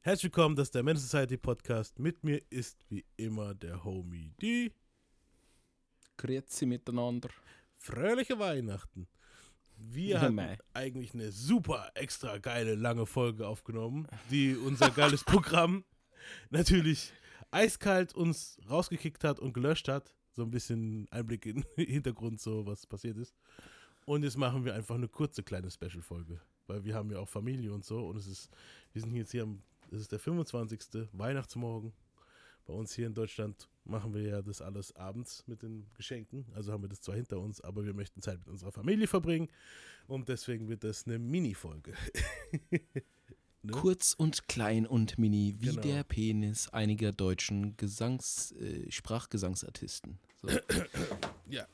Herzlich willkommen, das ist der Men's Society Podcast. Mit mir ist wie immer der Homie D. Grüezi miteinander. Fröhliche Weihnachten. Wir Ja, hatten mei. eigentlich eine super extra geile lange Folge aufgenommen, die unser geiles Programm natürlich eiskalt uns rausgekickt hat und gelöscht hat. So ein bisschen Einblick in den Hintergrund, so was passiert ist. Und jetzt machen wir einfach eine kurze kleine Special-Folge, weil wir haben ja auch Familie und so und wir sind jetzt hier es ist der 25. Weihnachtsmorgen. Bei uns hier in Deutschland machen wir ja das alles abends mit den Geschenken, also haben wir das zwar hinter uns, aber wir möchten Zeit mit unserer Familie verbringen und deswegen wird das eine Mini-Folge. Ne? Kurz und klein und mini, wie Genau. der Penis einiger deutschen Sprachgesangsartisten. So. Ja.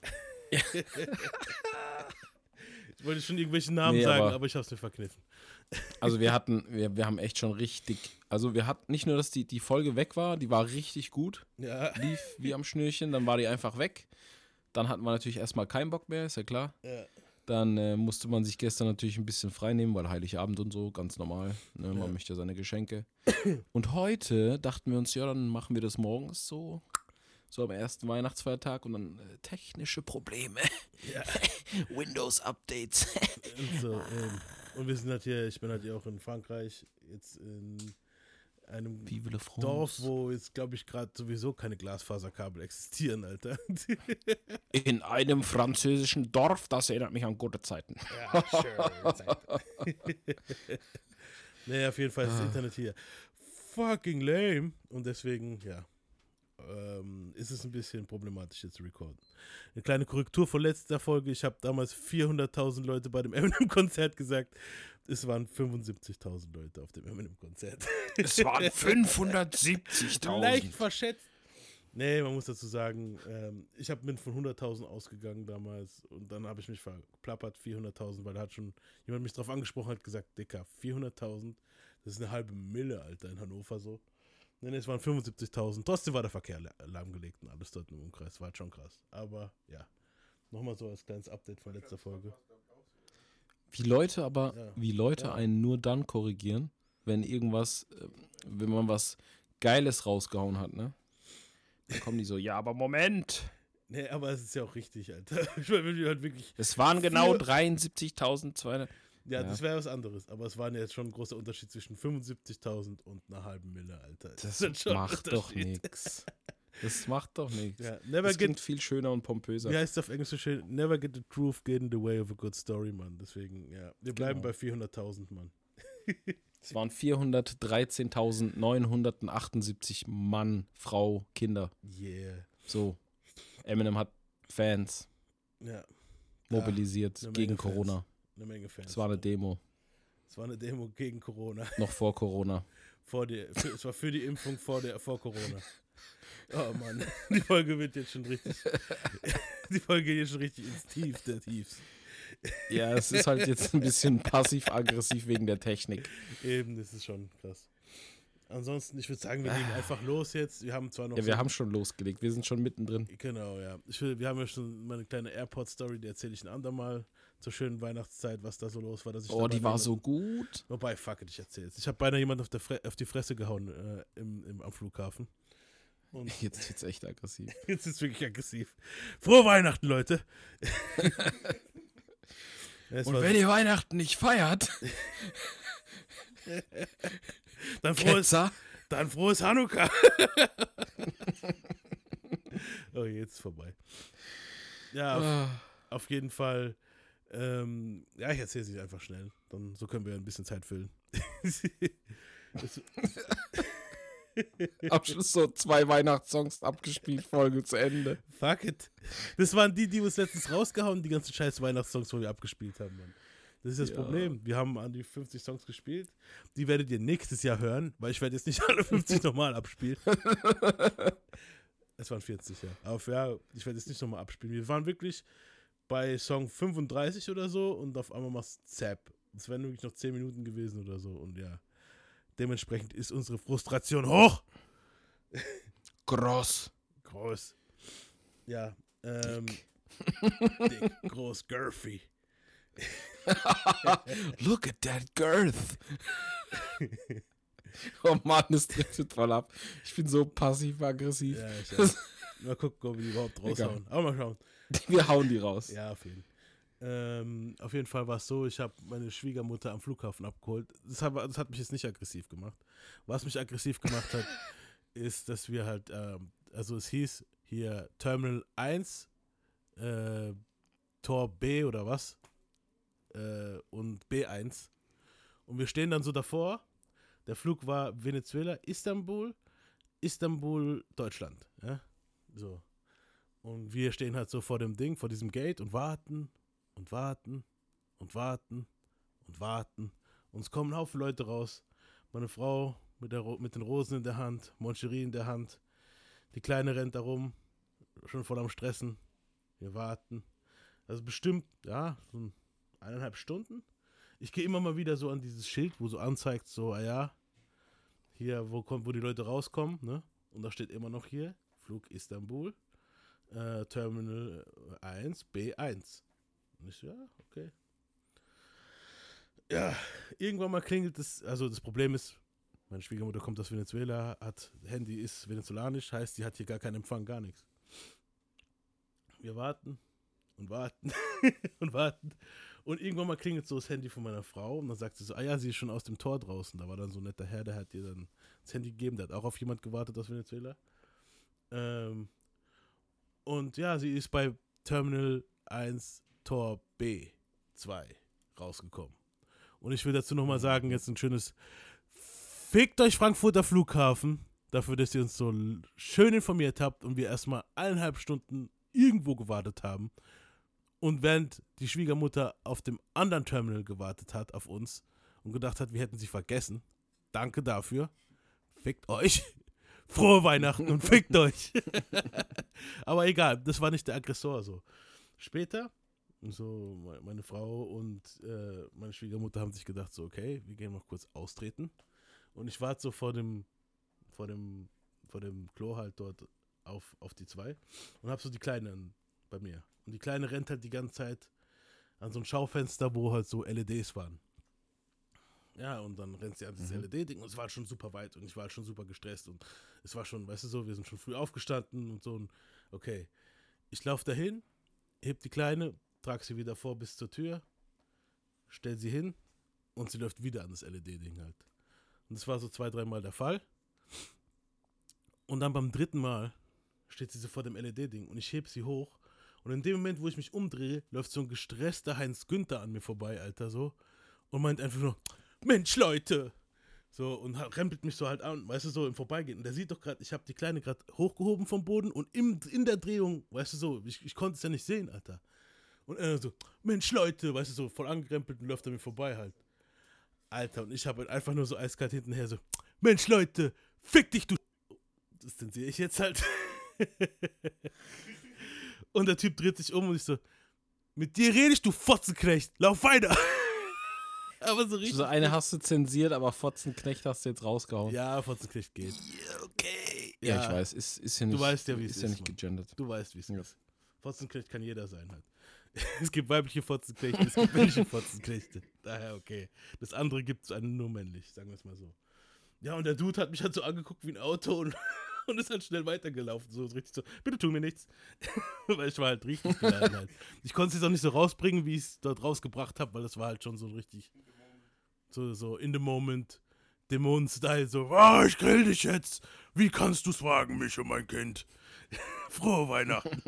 Ich wollte schon irgendwelche Namen sagen, aber ich habe es mir verkniffen. Also wir haben echt schon richtig, also wir hatten nicht nur, dass die Folge weg war, die war richtig gut, Ja. lief wie am Schnürchen, dann war die einfach weg. Dann hatten wir natürlich erstmal keinen Bock mehr, ist ja klar. Ja. Dann musste man sich gestern natürlich ein bisschen frei nehmen, weil Heiligabend und so, ganz normal. Ne? Man Ja. möchte ja seine Geschenke. Und heute dachten wir uns, ja, dann machen wir das morgens so am ersten Weihnachtsfeiertag und dann technische Probleme. Ja. Windows-Updates. Und wir sind halt hier, ich bin halt hier auch in Frankreich, jetzt in einem Vive la France. Dorf, wo jetzt, glaube ich, gerade sowieso keine Glasfaserkabel existieren, Alter. In einem französischen Dorf, das erinnert mich an gute Zeiten. Ja, sure. Naja, auf jeden Fall ist das Internet hier fucking lame. Und deswegen, ja, ist es ein bisschen problematisch jetzt zu recorden. Eine kleine Korrektur von letzter Folge. Ich habe damals 400.000 Leute bei dem Eminem-Konzert gesagt. Es waren 75.000 Leute auf dem Eminem-Konzert. Es waren 570.000. Leicht verschätzt. Nee, man muss dazu sagen, ich habe mit von 100.000 ausgegangen damals und dann habe ich mich verplappert, 400.000, weil da hat schon jemand mich drauf angesprochen, hat gesagt, Dicker, 400.000, das ist eine halbe Mille, Alter, in Hannover so. Nee, es waren 75.000, trotzdem war der Verkehr lahmgelegt und alles dort im Umkreis, war halt schon krass. Aber ja, nochmal so als kleines Update von letzter Folge. Wie Leute einen nur dann korrigieren, wenn wenn man was Geiles rausgehauen hat, ne? Dann kommen die so, ja, aber Moment. Nee, aber es ist ja auch richtig, Alter. Ich meine, halt wirklich. Es waren genau 73.200. Ja, das wäre was anderes. Aber es war ja jetzt schon ein großer Unterschied zwischen 75.000 und einer halben Mille, Alter. Das macht doch nichts. Das macht doch nichts. Ja, das klingt viel schöner und pompöser. Wie heißt es auf Englisch so schön? Never get the truth get in the way of a good story, Mann. Deswegen, ja. Wir bleiben bei 400.000, Mann. Es waren 413.978 Mann, Frau, Kinder. Yeah. So. Eminem hat Fans mobilisiert gegen Corona. Eine Menge Fans. Es war eine Demo. Es war eine Demo gegen Corona. Noch vor Corona. Es war für die Impfung vor Corona. Oh Mann, die Folge geht jetzt schon richtig ins Tief der Tiefs. Ja, es ist halt jetzt ein bisschen passiv-aggressiv wegen der Technik. Eben, das ist schon krass. Ansonsten, ich würde sagen, wir legen einfach los jetzt. Wir haben zwar noch. Ja, wir haben schon losgelegt. Wir sind schon mittendrin. Genau, ja. Wir haben ja schon mal eine kleine Airport-Story, die erzähle ich ein andermal zur schönen Weihnachtszeit, was da so los war. Die war so gut. Wobei, fuck it, ich erzähl's. Ich habe beinahe jemanden auf die Fresse gehauen am Flughafen. Und jetzt wird's echt aggressiv. Jetzt ist es wirklich aggressiv. Frohe Weihnachten, Leute! Und wenn ihr Weihnachten nicht feiert, dann frohes Hanukkah! Oh, jetzt ist vorbei. Ja, auf jeden Fall. Ich erzähle es einfach schnell. So können wir ein bisschen Zeit füllen. Am Schluss so 2 Weihnachtssongs abgespielt, Folge zu Ende. Fuck it. Das waren die uns letztens rausgehauen, die ganzen scheiß Weihnachtssongs, wo wir abgespielt haben, Mann. Das ist das Problem. Wir haben an die 50 Songs gespielt. Die werdet ihr nächstes Jahr hören, weil ich werde jetzt nicht alle 50 nochmal abspielen. Es waren 40, ja. Aber ja, ich werde jetzt nicht nochmal abspielen. Wir waren wirklich bei Song 35 oder so und auf einmal machst Zap. Es wären wirklich noch 10 Minuten gewesen oder so und ja. Dementsprechend ist unsere Frustration hoch. Groß. Ja, Dick, groß, girthy. Look at that girth. Oh Mann, das driftet voll ab. Ich bin so passiv-aggressiv. Ja, ich auch. Mal gucken, ob wir die überhaupt raushauen. Aber mal schauen. Wir hauen die raus. Ja, auf jeden Fall war es so, ich habe meine Schwiegermutter am Flughafen abgeholt. Das hat mich jetzt nicht aggressiv gemacht. Was mich aggressiv gemacht hat, ist, dass wir halt, also es hieß hier Terminal 1, Tor B oder was, und B1. Und wir stehen dann so davor. Der Flug war Venezuela, Istanbul, Deutschland. Ja? So. Und wir stehen halt so vor dem Ding, vor diesem Gate und warten und warten und warten und warten. Und es kommen ein Haufen Leute raus. Meine Frau mit den Rosen in der Hand, Moncherie in der Hand. Die Kleine rennt da rum, schon voll am Stressen. Wir warten. Also bestimmt, ja, so 1,5 Stunden. Ich gehe immer mal wieder so an dieses Schild, wo so anzeigt, so, ja, hier, wo die Leute rauskommen, ne? Und da steht immer noch hier, Flug Istanbul, Terminal 1, B1. Und ich so, ja, okay. Ja, irgendwann mal klingelt es, also das Problem ist, meine Schwiegermutter kommt aus Venezuela, Handy ist venezolanisch, heißt, die hat hier gar keinen Empfang, gar nichts. Wir warten und warten und warten. Und irgendwann mal klingelt so das Handy von meiner Frau und dann sagt sie so, ah ja, sie ist schon aus dem Tor draußen. Da war dann so ein netter Herr, der hat ihr dann das Handy gegeben, der hat auch auf jemand gewartet aus Venezuela. Und ja, sie ist bei Terminal 1 Tor B2 rausgekommen. Und ich will dazu nochmal sagen, jetzt ein schönes Fickt euch Frankfurter Flughafen, dafür, dass ihr uns so schön informiert habt und wir erstmal 1,5 Stunden irgendwo gewartet haben. Und während die Schwiegermutter auf dem anderen Terminal gewartet hat auf uns und gedacht hat, wir hätten sie vergessen. Danke dafür. Fickt euch. Frohe Weihnachten und fickt euch. Aber egal, das war nicht der Aggressor so. Später, so meine Frau und meine Schwiegermutter haben sich gedacht, so okay, wir gehen noch kurz austreten. Und ich warte so vor dem Klo halt dort auf die 2 und hab so die Kleine bei mir. Und die Kleine rennt halt die ganze Zeit an so ein Schaufenster, wo halt so LEDs waren. Ja, und dann rennt sie an dieses LED-Ding und es war halt schon super weit und ich war halt schon super gestresst und es war schon, weißt du so, wir sind schon früh aufgestanden und so. Und okay, ich laufe dahin, heb die Kleine, trage sie wieder vor bis zur Tür, stell sie hin und sie läuft wieder an das LED-Ding halt. Und das war so 2-3 Mal der Fall. Und dann beim 3. Mal steht sie so vor dem LED-Ding und ich heb sie hoch. Und in dem Moment, wo ich mich umdrehe, läuft so ein gestresster Heinz Günther an mir vorbei, Alter, so. Und meint einfach nur, Mensch, Leute! So, und rempelt mich so halt an, weißt du, so im Vorbeigehen. Und der sieht doch gerade, ich habe die Kleine gerade hochgehoben vom Boden und in der Drehung, weißt du, so, ich konnte es ja nicht sehen, Alter. Und er so, Mensch, Leute, weißt du, so voll angerempelt und läuft an mir vorbei halt. Alter, und ich habe einfach nur so eiskalt hintenher so, Mensch, Leute, fick dich, du. Das zensiere ich jetzt halt. Und der Typ dreht sich um und ich so, mit dir rede ich, du Fotzenknecht, lauf weiter. Aber so richtig. So eine hast du zensiert, aber Fotzenknecht hast du jetzt rausgehauen. Ja, Fotzenknecht geht. Yeah, okay. Ja, ich weiß, ist ja nicht, du weißt ja, wie es ist ja nicht Mann. gegendert. Du weißt, wie es ist. Fotzenknecht kann jeder sein halt. Es gibt weibliche Fotzenknechte, es gibt männliche Fotzenknechte. Daher okay. Das andere gibt es nur männlich, sagen wir es mal so. Ja, und der Dude hat mich halt so angeguckt wie ein Auto und ist halt schnell weitergelaufen. So richtig so, bitte tu mir nichts. Weil ich war halt richtig geladen halt. Ich konnte es jetzt auch nicht so rausbringen, wie ich es dort rausgebracht habe, weil das war halt schon so richtig so in the moment, Dämonen-Style, so, ich grill dich jetzt. Wie kannst du's wagen, mich und mein Kind? Frohe Weihnachten.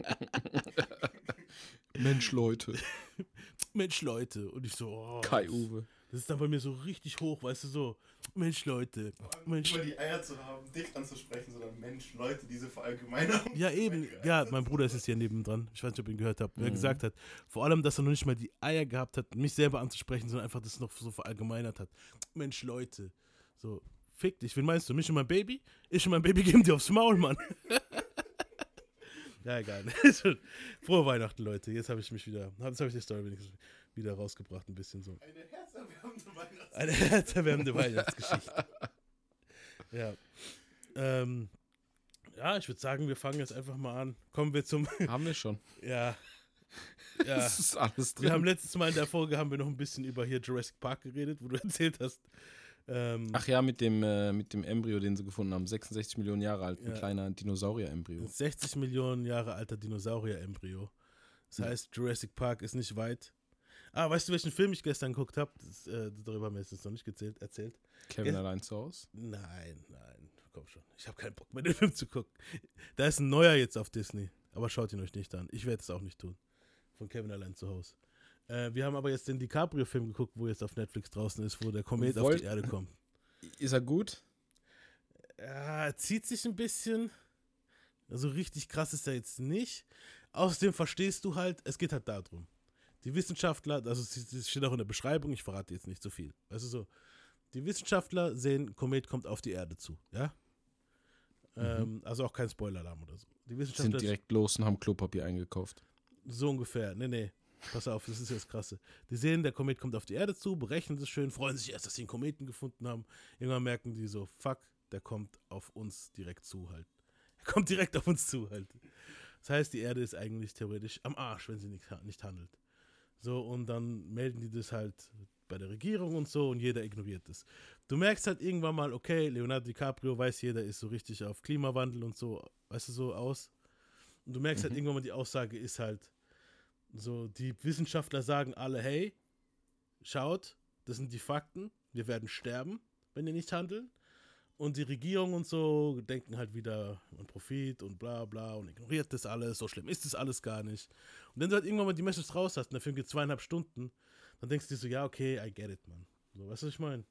Mensch, Leute. Mensch, Leute. Und ich so, Kai-Uwe. Das ist dann bei mir so richtig hoch, weißt du, so, Mensch, Leute. Mensch. Nicht mal die Eier zu haben, dich anzusprechen, sondern Mensch, Leute, diese Verallgemeinerung. Ja, eben, ja, mein Bruder ist jetzt hier nebendran. Ich weiß nicht, ob ihr ihn gehört habt, wer gesagt hat. Vor allem, dass er noch nicht mal die Eier gehabt hat, mich selber anzusprechen, sondern einfach das noch so verallgemeinert hat. Mensch, Leute. So, fick dich. Wen meinst du? Mich und mein Baby? Ich und mein Baby geben dir aufs Maul, Mann. Ja, egal. Frohe Weihnachten, Leute. Jetzt habe ich mich wieder, jetzt habe ich die Story wenigstens wieder rausgebracht, ein bisschen so. Eine herzerwärmende Weihnachtsgeschichte. Ja. Ja, ich würde sagen, wir fangen jetzt einfach mal an. Kommen wir zum... Haben wir schon. Ja. Das ist alles drin. Wir haben letztes Mal in der Folge noch ein bisschen über hier Jurassic Park geredet, wo du erzählt hast, Ach ja, mit dem Embryo, den sie gefunden haben. 66 Millionen Jahre alt, ein kleiner Dinosaurier-Embryo. 60 Millionen Jahre alter Dinosaurier-Embryo. Das heißt, Jurassic Park ist nicht weit. Weißt du, welchen Film ich gestern geguckt habe? Darüber haben wir jetzt noch nicht erzählt. Kevin allein zu Hause? Nein, komm schon. Ich habe keinen Bock mehr, den Film zu gucken. Da ist ein neuer jetzt auf Disney. Aber schaut ihn euch nicht an. Ich werde es auch nicht tun. Von Kevin allein zu Hause. Wir haben aber jetzt den DiCaprio-Film geguckt, wo jetzt auf Netflix draußen ist, wo der Komet auf die Erde kommt. Ist er gut? Ja, er zieht sich ein bisschen. Also richtig krass ist er jetzt nicht. Außerdem verstehst du halt, es geht halt darum. Die Wissenschaftler, also es steht auch in der Beschreibung, ich verrate jetzt nicht so viel. Also so, die Wissenschaftler sehen, Komet kommt auf die Erde zu, ja? Also auch kein Spoiler-Alarm oder so. Die Wissenschaftler sind direkt los und haben Klopapier eingekauft. So ungefähr, nee. Pass auf, das ist jetzt krasse. Die sehen, der Komet kommt auf die Erde zu, berechnen es schön, freuen sich erst, dass sie einen Kometen gefunden haben. Irgendwann merken die so, fuck, der kommt auf uns direkt zu halt. Er kommt direkt auf uns zu halt. Das heißt, die Erde ist eigentlich theoretisch am Arsch, wenn sie nicht handelt. So, und dann melden die das halt bei der Regierung und so und jeder ignoriert es. Du merkst halt irgendwann mal, okay, Leonardo DiCaprio weiß, jeder ist so richtig auf Klimawandel und so, weißt du, so aus. Und du merkst halt irgendwann mal, die Aussage ist halt so, die Wissenschaftler sagen alle, hey, schaut, das sind die Fakten, wir werden sterben, wenn wir nicht handeln. Und die Regierung und so denken halt wieder an Profit und bla bla und ignoriert das alles, so schlimm ist das alles gar nicht. Und wenn du halt irgendwann mal die Message raus hast und der Film geht 2,5 Stunden, dann denkst du dir so, ja, okay, I get it, man. So, weißt du, was ich meine?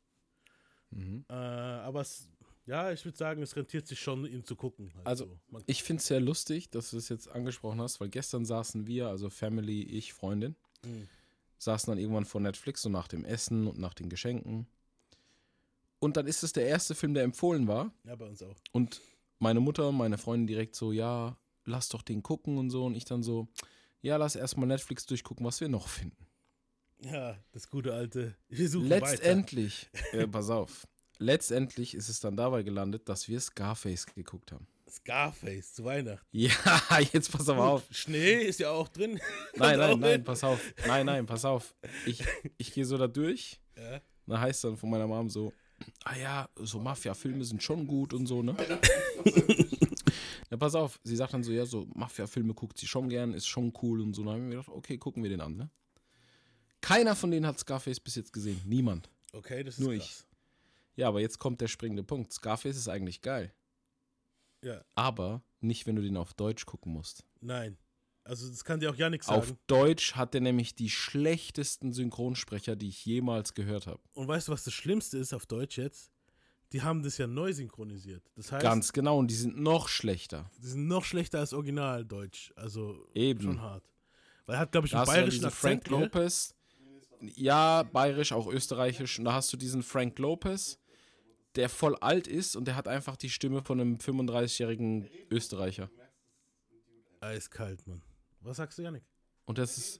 Aber ich würde sagen, es rentiert sich schon, ihn zu gucken. Halt also, so. Ich finde es sehr lustig, dass du das jetzt angesprochen hast, weil gestern saßen wir, also Family, ich, Freundin, saßen dann irgendwann vor Netflix, so nach dem Essen und nach den Geschenken. Und dann ist es der erste Film, der empfohlen war. Ja, bei uns auch. Und meine Mutter, meine Freundin direkt so, ja, lass doch den gucken und so. Und ich dann so, ja, lass erstmal Netflix durchgucken, was wir noch finden. Ja, das gute alte, wir suchen letztendlich, pass auf, letztendlich ist es dann dabei gelandet, dass wir Scarface geguckt haben. Scarface zu Weihnachten. Ja, jetzt pass aber auf. Schnee ist ja auch drin. Nein, pass auf. Nein, pass auf. Ich gehe so da durch. Ja. Da heißt dann von meiner Mom so, ja, so Mafia-Filme sind schon gut und so, ne? Ja, pass auf. Sie sagt dann so, ja, so Mafia-Filme guckt sie schon gern, ist schon cool und so. Dann haben wir gedacht, okay, gucken wir den an, ne? Keiner von denen hat Scarface bis jetzt gesehen. Niemand. Okay, das ist nur krass. Ich. Ja, aber jetzt kommt der springende Punkt. Scarface ist eigentlich geil. Ja. Aber nicht, wenn du den auf Deutsch gucken musst. Nein. Also das kann dir auch ja nichts sagen. Auf Deutsch hat der nämlich die schlechtesten Synchronsprecher, die ich jemals gehört habe. Und weißt du, was das Schlimmste ist auf Deutsch jetzt? Die haben das ja neu synchronisiert. Das heißt, ganz genau, und die sind noch schlechter. Die sind noch schlechter als Originaldeutsch. Also eben. Schon hart. Weil er hat, glaube ich, da einen bayerischen Akzent. Frank Lopez. Ja, bayerisch, auch österreichisch. Und da hast du diesen Frank Lopez, der voll alt ist und der hat einfach die Stimme von einem 35-jährigen Österreicher. Eiskalt, Mann. Was sagst du, Yannick? Und das ist...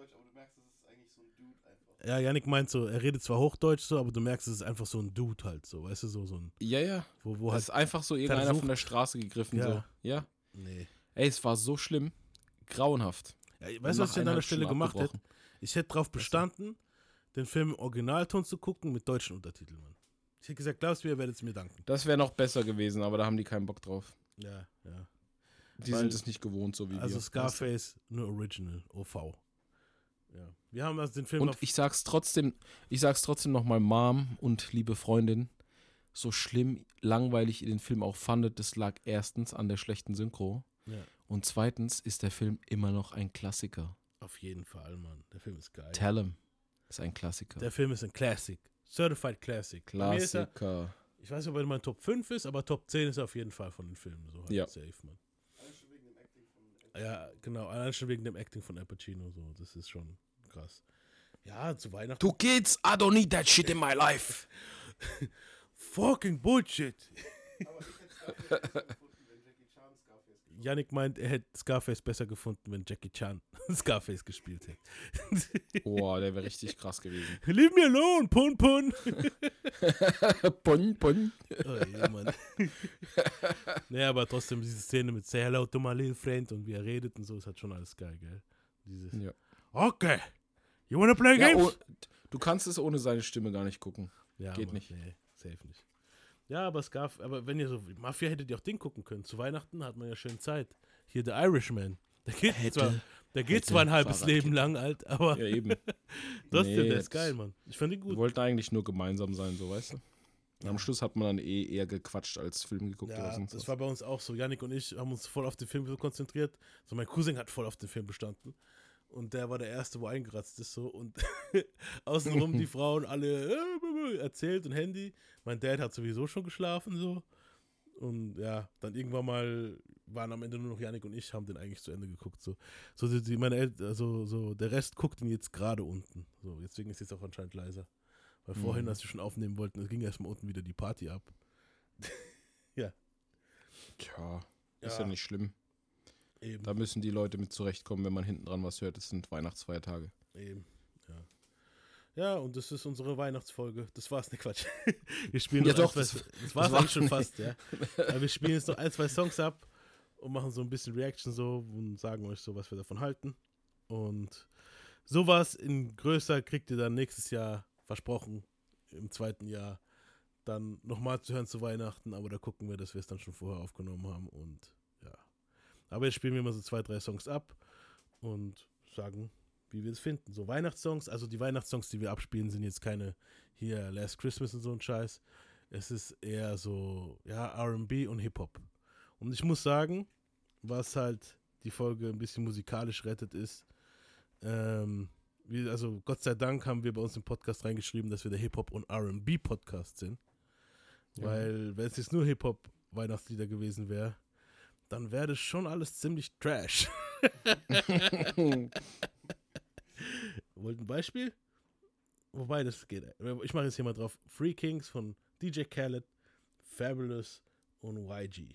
Ja, Yannick meint so, er redet zwar Hochdeutsch so, aber du merkst, es ist einfach so ein Dude halt so, weißt du, so ein... Ja. Wo das halt ist einfach so irgendeiner von der Straße gegriffen, ja. so. Ja. Nee. Ey, es war so schlimm. Grauenhaft. Ja, weißt du, was ich an deiner Stelle gemacht hätte? Ich hätte darauf bestanden, den Film im Originalton zu gucken mit deutschen Untertiteln, Mann. Ich hätte gesagt, glaubst du mir, ihr werdet es mir danken. Das wäre noch besser gewesen, aber da haben die keinen Bock drauf. Ja. Die sind es nicht gewohnt, so wie wir. Also Scarface, nur Original, OV. Ja. Wir haben also den Film und ich sag's trotzdem nochmal, Mom und liebe Freundin, so schlimm, langweilig ihr den Film auch fandet, das lag erstens an der schlechten Synchro. Ja. Und zweitens ist der Film immer noch ein Klassiker. Auf jeden Fall, Mann. Der Film ist geil. Tell 'em ist ein Klassiker. Der Film ist ein Classic. Certified Classic. Klassiker. Ich weiß nicht, ob er in meinen Top 5 ist, aber Top 10 ist er auf jeden Fall von den Filmen. So halt ja. Safe, Mann. Ja, genau. Allein schon wegen dem Acting von Al Pacino. So. Das ist schon krass. Ja, zu Weihnachten. Du kids, I don't need that shit in my life. Fucking Bullshit. Yannick meint, er hätte Scarface besser gefunden, wenn Jackie Chan Scarface gespielt hätte. Boah, der wäre richtig krass gewesen. Leave me alone, Pun Pun. Pun. Oh, ja, Mann. Naja, aber trotzdem diese Szene mit Say hello to my little friend und wie er redet und so, ist halt schon alles geil, gell? Dieses ja. Okay, you wanna play games? Du kannst es ohne seine Stimme gar nicht gucken. Ja, Geht Mann, nicht. Nee, safe nicht. Ja, aber wenn ihr so, Mafia hättet ihr auch Ding gucken können. Zu Weihnachten hat man ja schön Zeit. Hier The Irishman. Der geht zwar ein halbes Fahrradkette. Leben lang alt, aber Ja, eben. trotzdem, der Nee, ist geil, Mann. Ich fand ihn Wir gut. wollten eigentlich nur gemeinsam sein, so, weißt du? Am Schluss hat man dann eher gequatscht als Film geguckt oder Ja, sonst das was. war bei uns auch so. Yannick und ich haben uns voll auf den Film so konzentriert. So, mein Cousin hat voll auf den Film bestanden. Und der war der Erste, wo eingeratzt ist so. Und außenrum die Frauen alle erzählt und Handy. Mein Dad hat sowieso schon geschlafen so. Und ja, dann irgendwann mal waren am Ende nur noch Yannick und ich, haben den eigentlich zu Ende geguckt. So meine Eltern, also so der Rest guckt ihn jetzt gerade unten. So, deswegen ist jetzt auch anscheinend leiser. Weil vorhin, als wir schon aufnehmen wollten, es ging erstmal unten wieder die Party ab. Tja, ist ja Ja. nicht schlimm. Eben. Da müssen die Leute mit zurechtkommen, wenn man hinten dran was hört. Es sind Weihnachtsfeiertage. Eben, ja. Ja, und das ist unsere Weihnachtsfolge. Das war's, ne Quatsch. Wir spielen Ja, noch doch, das war's war- eigentlich schon fast, ja. Aber wir spielen jetzt noch 1, 2 Songs ab und machen so ein bisschen Reaction so und sagen euch so, was wir davon halten. Und sowas in größer kriegt ihr dann nächstes Jahr, versprochen, im 2. Jahr, dann nochmal zu hören zu Weihnachten, aber da gucken wir, dass wir es dann schon vorher aufgenommen haben und ja. Aber jetzt spielen wir mal so 2, 3 Songs ab und sagen, wie wir es finden. So Weihnachtssongs, also die Weihnachtssongs, die wir abspielen, sind jetzt keine hier Last Christmas und so ein Scheiß. Es ist eher so, ja, R&B und Hip-Hop. Und ich muss sagen, was halt die Folge ein bisschen musikalisch rettet, ist, also Gott sei Dank haben wir bei uns im Podcast reingeschrieben, dass wir der Hip-Hop- und R&B-Podcast sind. Ja. Weil, wenn es jetzt nur Hip-Hop-Weihnachtslieder gewesen wäre, dann wäre das schon alles ziemlich Trash. Wollt ein Beispiel? Wobei, das geht. Ich mache jetzt hier mal drauf. Free Kings von DJ Khaled, Fabulous und YG.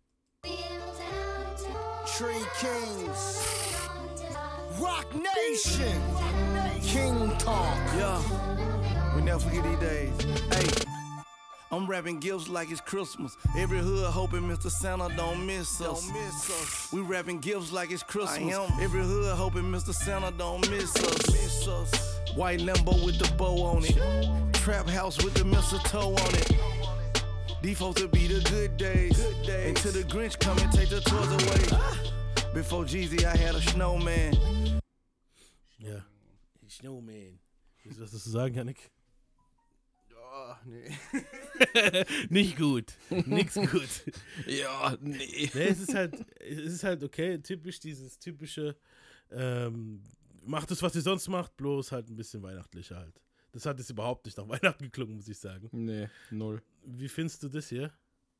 Tree Kings, Rock Nation, King Talk. Yeah, we never forget these days. Hey, I'm wrapping gifts like it's Christmas. Every hood hoping Mr. Santa don't miss us. We wrapping gifts like it's Christmas. Every hood hoping Mr. Santa don't miss us. White Lambo with the bow on it. Trap house with the mistletoe on it. These folks will be the good days. Until the Grinch come and take the toys away. Before Jeezy, I had a snowman. Ja. Snowman. Willst du was dazu sagen, Yannick? Oh, nee. Nicht gut. Nix gut. Ja, nee. Nee, es ist halt okay, dieses typische, macht es, was ihr sonst macht, bloß halt ein bisschen weihnachtlicher halt. Das hat jetzt überhaupt nicht nach Weihnachten geklungen, muss ich sagen. Nee, null. Wie findest du das hier?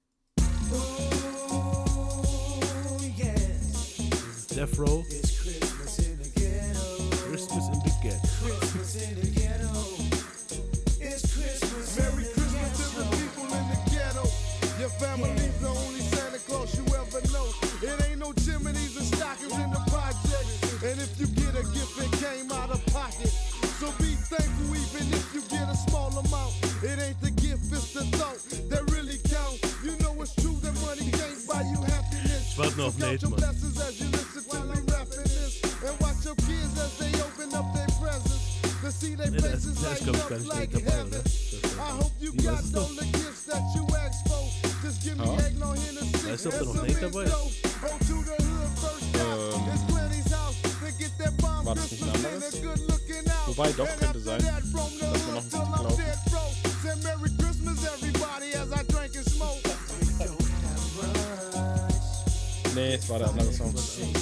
Das ist Death Row. Christmas in the Ghetto. Merry Christmas to the people in the ghetto. Your family's the only Santa Claus you ever know. It ain't no chimneys and stockings in the project. And if you get a gift, it came out of pocket. So be thankful even if you get a small amount. It ain't the gift, it's the thought that really counts. You know it's true that money can't buy you happiness. Ich warte noch auf So count Nate, your Mann. blessings as you listen to me rapping this. And watch your kids as they open up their presents. To see their Nee, der faces ist, glaub light ich, gar up nicht like direkt dabei, heaven. oder? I hope you Wie, was got ist all das? the gifts that you asked for. Just give me Ja. eggnog, Hennessy, Weißt du, ob da and noch some Nate dabei ist? Go to the hood first stop. It's Glenny's house to get that bomb War das nicht ein Christmas anderes? dinner, good looking out. Wobei, doch, And könnte after sein, that, from the dass wir noch hood ein till bisschen I'm laufen. dead broke. Say Merry Christmas, everybody, as I drink and smoke. Nee, es war der andere Song.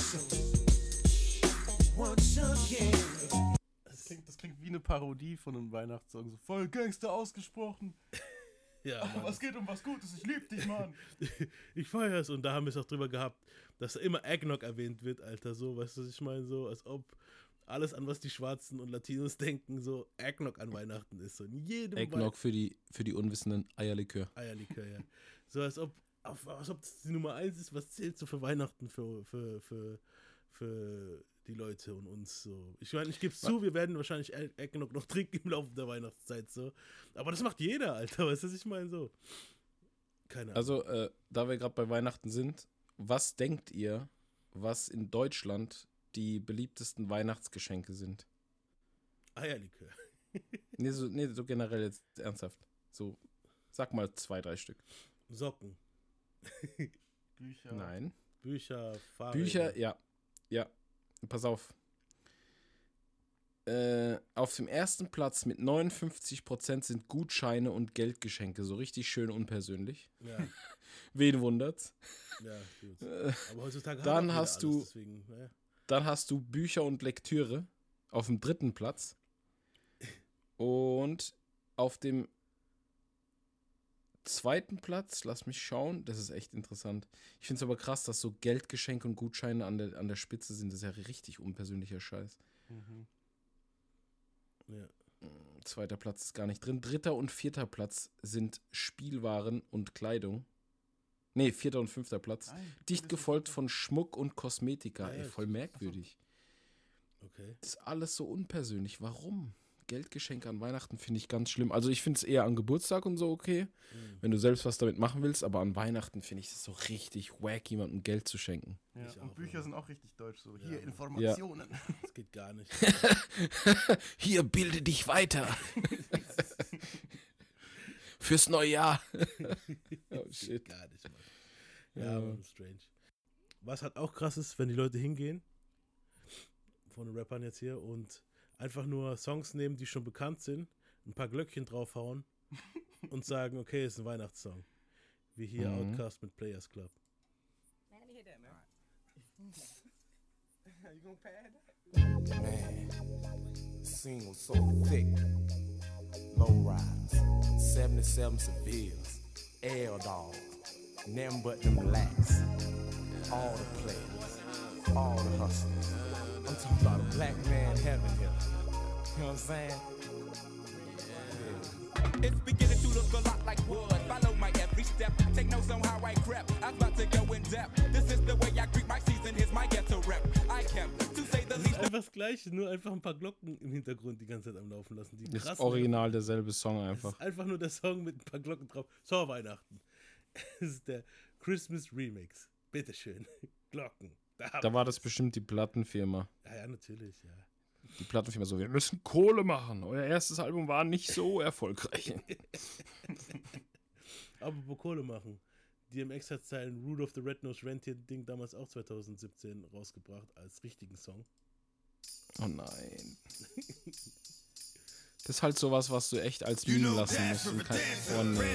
Das klingt wie eine Parodie von einem Weihnachtssong. So voll Gangster ausgesprochen. Ja, Aber Mann. es geht um was Gutes. Ich lieb dich, Mann. Ich feiere es und da haben wir es auch drüber gehabt, dass immer Eggnog erwähnt wird, Alter, so, weißt du, was ich meine, so, als ob alles, an was die Schwarzen und Latinos denken, so Eggnog an Weihnachten ist, so in jedem Eggnog für die Unwissenden, Eierlikör. Eierlikör, ja. So, als ob das die Nummer 1 ist, was zählt so für Weihnachten für die Leute und uns, so. Ich meine, ich gebe es zu, wir werden wahrscheinlich Eggnog noch trinken im Laufe der Weihnachtszeit, so. Aber das macht jeder, Alter, weißt du, was ich meine, so. Keine Ahnung. Also, da wir gerade bei Weihnachten sind, was denkt ihr, was in Deutschland die beliebtesten Weihnachtsgeschenke sind? Eierlikör. Nee, so generell jetzt ernsthaft. So, sag mal 2, 3 Stück. Socken, Bücher. Nein. Bücher, Fahrräder. Bücher, ja. Ja. Pass auf. Auf dem ersten Platz mit 59% sind Gutscheine und Geldgeschenke. So richtig schön unpersönlich. Ja, Wen wundert's? ja, gut. Aber heutzutage dann hat auch hast jeder du- alles, deswegen, naja. Dann hast du Bücher und Lektüre auf dem 3. Platz. Und auf dem 2. Platz, lass mich schauen, das ist echt interessant. Ich finde es aber krass, dass so Geldgeschenke und Gutscheine an der Spitze sind. Das ist ja richtig unpersönlicher Scheiß. Mhm. Ja. 2. Platz ist gar nicht drin. 3. und 4. Platz sind Spielwaren und Kleidung. Nee, 4. und 5. Platz. Nein, Dicht gefolgt von Schmuck und Kosmetika. Ja, Ey, ja, voll merkwürdig. Okay. Das ist alles so unpersönlich. Warum? Geldgeschenke an Weihnachten finde ich ganz schlimm. Also ich finde es eher an Geburtstag und so okay, wenn du selbst was damit machen willst, aber an Weihnachten finde ich es so richtig wack, jemandem Geld zu schenken. Ja, Ich und auch, Bücher ja. sind auch richtig deutsch. So, Ja. hier, Informationen. Das geht gar nicht. Hier, bilde dich weiter. Fürs neue Jahr. Oh Das shit. geht gar nicht, Mann. Ja, Mann, strange. Was halt auch krass ist, wenn die Leute hingehen, von den Rappern jetzt hier, und einfach nur Songs nehmen, die schon bekannt sind, ein paar Glöckchen draufhauen und sagen, okay, ist ein Weihnachtssong. Wie hier Outkast mit Players Club. Man, let me hit that, man. You gonna pad that? Man, the scene was so thick. Lowriders, 77 Sevilles, L-Dog, nothing but them blacks. All the players, all the hustlers. I'm talking about a black man heaven here. You know what I'm saying? It's beginning to look a lot like wood. Follow my every step. Take notes on how I crept. I'm about to go in depth. This is the way I greet my season. Here's my ghetto rap. I kept, to say the Das ist least. einfach das Gleiche, nur einfach ein paar Glocken im Hintergrund die ganze Zeit am Laufen lassen. Die Das krass Original derselbe Song nerven. einfach. Das ist einfach nur der Song mit ein paar Glocken drauf. So, Weihnachten. Das ist der Christmas Remix. Bitteschön. Glocken. Da war das bestimmt die Plattenfirma. Ja, natürlich, ja. Die Plattenfirma so, wir müssen Kohle machen. Euer erstes Album war nicht so erfolgreich. Aber Kohle machen. DMX hat sein Rudolph the Red-Nosed Reindeer-Ding damals auch 2017 rausgebracht als richtigen Song. Oh nein. Das ist halt sowas, was du echt als Meme lassen musst. Und kein, oh nee.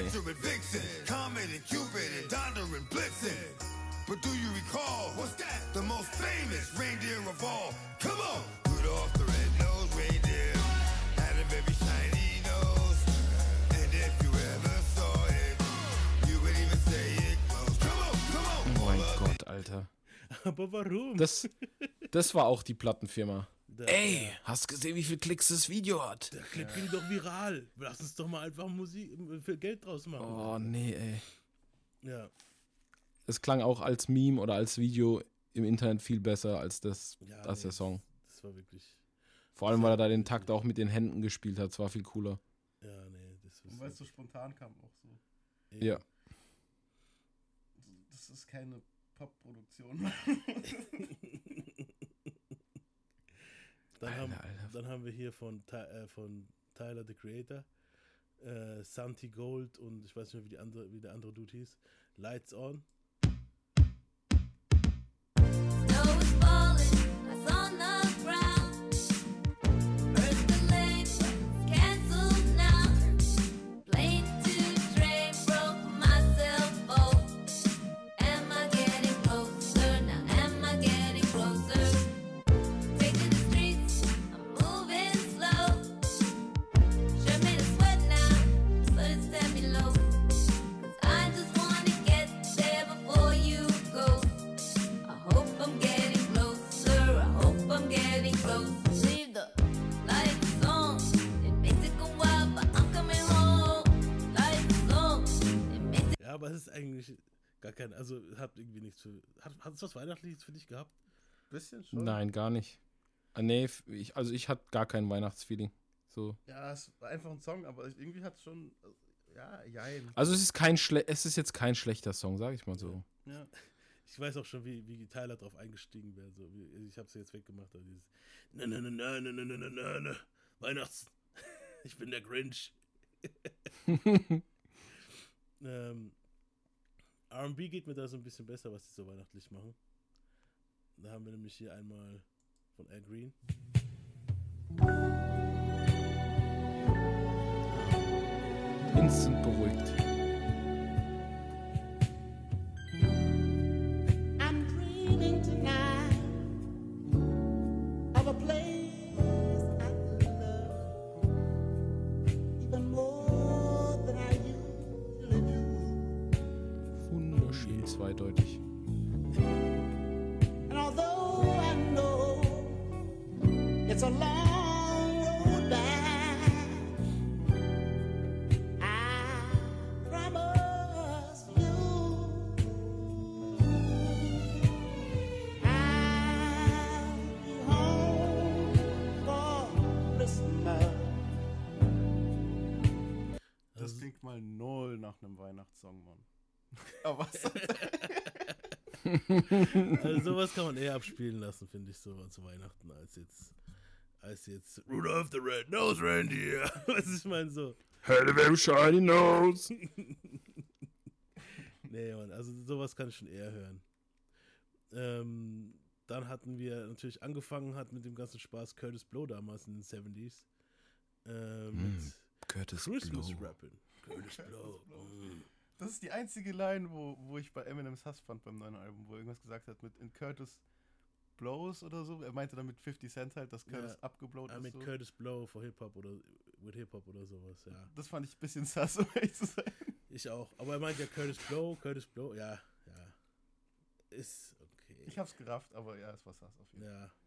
But do you recall, what's that? The most famous reindeer of all. Come on! Rudolph the red-nosed reindeer had a very shiny nose. And if you ever saw it, you would even say it glows. Come on, come on! Oh mein Gott, Alter. Aber warum? Das war auch die Plattenfirma. Der, hast gesehen, wie viel Klicks das Video hat? Der Clip ging doch viral. Lass uns doch mal einfach Musik für Geld draus machen. Oh nee, ey. Ja. Es klang auch als Meme oder als Video im Internet viel besser als das, Ja, als der Song. Das war wirklich. Vor allem, weil er da den Takt auch mit den Händen gespielt hat. Es war viel cooler. Ja, nee, das Und ist. weil es so spontan kam auch so. Ja. Das ist keine Pop-Produktion. Alter. Dann haben wir hier von Tyler, the Creator, Santi Gold und ich weiß nicht mehr, wie der andere Dude hieß. Lights On. Snow is falling, ice on the ground. First delay, but canceled now. Plane to train, broke myself off. Am I getting closer? Now am I getting closer? Taking the streets, I'm moving slow. Sure made a sweat now, but it's set me low. 'Cause I just wanna get there before you go. I hope I'm getting closer. I hope I'm getting close. Leave the lights on. It makes it go wild, but I'm coming home. Lights on. It makes it. Ja, aber es ist eigentlich gar kein, also hat irgendwie nichts für. Hat es was Weihnachtliches für dich gehabt? Bisschen schon. Nein, gar nicht. Ah, nee, ich hatte gar kein Weihnachtsfeeling. So. Ja, es war einfach ein Song, aber irgendwie hat es schon. Ja, jein. Also es ist jetzt kein schlechter Song, sag ich mal so. Ja. Ich weiß auch schon, wie Tyler drauf eingestiegen wäre. So, ich habe es jetzt weggemacht. Aber dieses Weihnachts. Ich bin der Grinch. R&B geht mir da so ein bisschen besser, was die so weihnachtlich machen. Da haben wir nämlich hier einmal von Al Green. Instant beruhigt. I'm dreaming tonight of a place I love even more than I usually do. Wunderschön zweideutig. And although I know it's a long road back, I promise you I'll be home for Christmas. Das klingt mal null nach einem Weihnachtssong, Mann. Aber was? Also sowas kann man eher abspielen lassen, finde ich, so zu Weihnachten, als jetzt Rudolph the Red-Nosed Reindeer. Was ich meine, so. Had a very shiny nose. Nee, Mann, also sowas kann ich schon eher hören. Dann hatten wir natürlich angefangen, mit dem ganzen Spaß Curtis Blow damals in den 70s. Mit Curtis Christmas Blow. Rapping. Curtis Blow. Das ist die einzige Line, wo ich bei Eminems Hass fand beim neuen Album, wo er irgendwas gesagt hat mit in Curtis Blows oder so. Er meinte damit 50 Cent halt, dass Curtis abgeblowt ist. Mit So. Curtis Blow for Hip-Hop oder with Hip-Hop oder sowas, ja. Das fand ich ein bisschen sass, um ehrlich zu sein. Ich auch. Aber er meint ja Curtis Blow, ja. Ist okay. Ich hab's gerafft, aber ja, es war sass auf jeden Fall. Ja.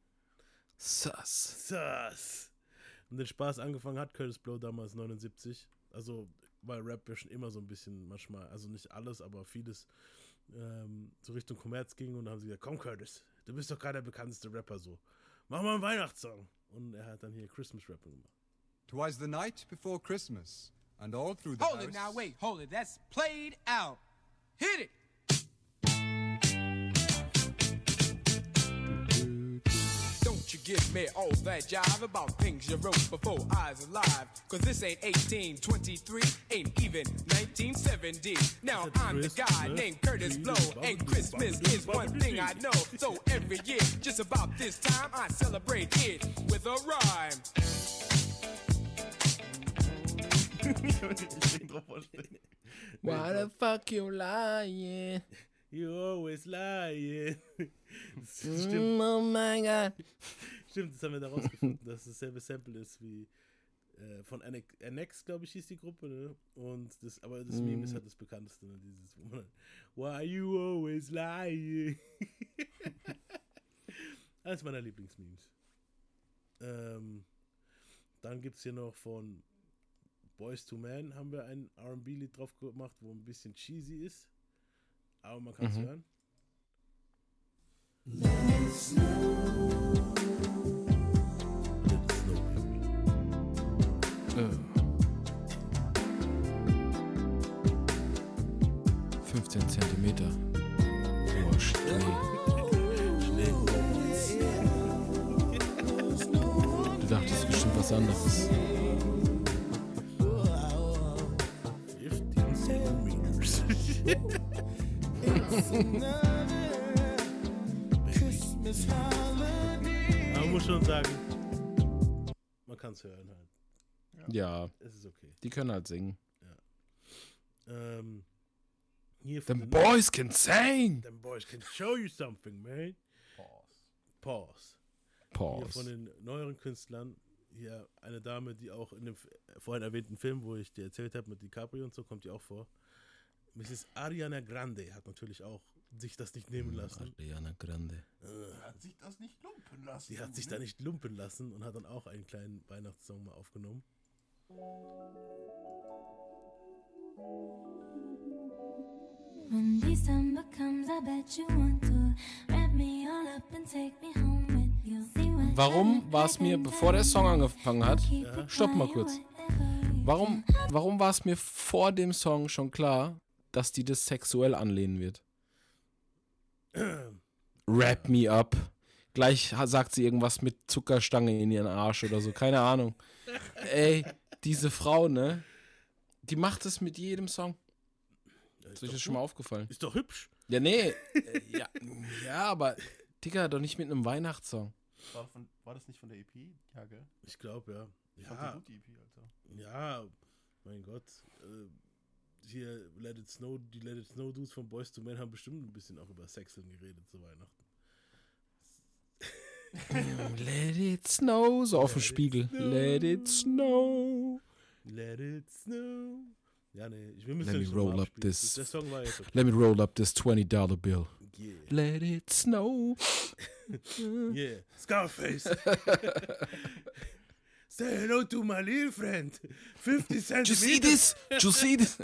Sass. Und den Spaß angefangen hat Curtis Blow damals 79. Also, weil Rap ja schon immer so ein bisschen manchmal, also nicht alles, aber vieles so Richtung Kommerz ging. Und dann haben sie gesagt, komm Curtis, du bist doch gerade der bekannteste Rapper so. Mach mal einen Weihnachtssong. Und er hat dann hier Christmas Rapping gemacht. 'Twas the night before Christmas, and all through the Hold house... it now, wait, hold it. That's played out. Hit it. Don't you give me all that jive about things you wrote before I was alive. Cause this ain't 1823, ain't even 1970. Now I'm the guy named Curtis Blow, and Christmas is one thing I know. So every year, just about this time, I celebrate it with a rhyme. Why the fuck you lying? You always lying. Stimmt. Oh mein Gott. Stimmt, das haben wir da rausgefunden, dass es dasselbe Sample ist wie von NX, glaube ich, hieß die Gruppe, ne? Aber das Meme ist halt das bekannteste, ne? Dieses, wo man, why you always lying? Eines meiner Lieblingsmemes. Dann gibt es hier noch von Boyz II Men, haben wir ein R&B-Lied drauf gemacht, wo ein bisschen cheesy ist. Aber man kann es hören. Let it snow. 15 Zentimeter. Oh, Schnee. Du dachtest bestimmt was anderes. 15 Zentimeters. Aber man muss schon sagen, man kann es hören halt. Ja. Es ist okay. Die können halt singen. Ja. Hier Them boys can sing! Them boys can show you something, man. Pause. Hier von den neueren Künstlern, hier eine Dame, die auch in dem vorhin erwähnten Film, wo ich dir erzählt habe, mit DiCaprio und so, kommt die auch vor. Mrs. Ariana Grande hat natürlich auch sich das nicht nehmen lassen. Ariana Grande. Hat sich das nicht lumpen lassen. Die hat sich da nicht lumpen lassen und hat dann auch einen kleinen Weihnachtssong mal aufgenommen. When December comes, I bet you want to wrap me all up and take me home with you. Warum war es mir, bevor der Song angefangen hat, stopp mal kurz. Warum war es mir vor dem Song schon klar, dass die das sexuell anlehnen wird? Wrap me up. Gleich sagt sie irgendwas mit Zuckerstange in ihren Arsch oder so, keine Ahnung. Ey, diese Frau, ne? Die macht es mit jedem Song. Ja, Ist euch das schon mal aufgefallen? Ist doch hübsch. Ja, nee. Ja, aber, Digga, doch nicht mit einem Weihnachtssong. War das nicht von der EP? Ja, gell? Ich glaube, ja. Ich fand die gut, die EP, Alter. Ja, mein Gott. Hier, Let It Snow, die Let It Snow Dudes von Boyz II Men haben bestimmt ein bisschen auch über Sexeln geredet zu Weihnachten. Let it snow, so auf dem Spiegel. Let it snow. Let it snow. Ja, nee, wir müssen Let me nicht roll nochmal up abspielen. this. Der Song war jetzt okay. Let me roll up this $20 bill. Yeah. Let it snow. Yeah. Scarface. Say hello to my little friend. 50 Did you centimeters. see this? Did you see this?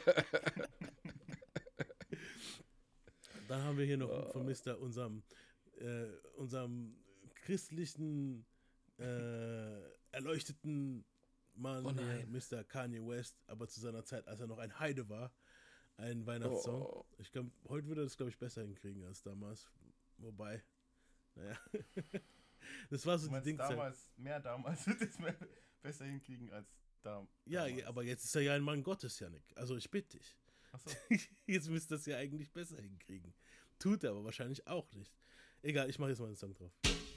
Dann haben wir hier noch von Mr. unserem christlichen, erleuchteten Mann, Oh nein. Mr. Kanye West, aber zu seiner Zeit, als er noch ein Heide war, ein Weihnachtssong. Oh. Ich glaube, heute würde er das, glaube ich, besser hinkriegen als damals. Wobei, naja. Das war so Du die meinst Ding. damals wird es mehr besser hinkriegen als damals. Ja, aber jetzt ist er ja ein Mann Gottes, Janik. Also ich bitte dich. Achso. Jetzt müsste das ja eigentlich besser hinkriegen. Tut er aber wahrscheinlich auch nicht. Egal, ich mache jetzt mal einen Song drauf.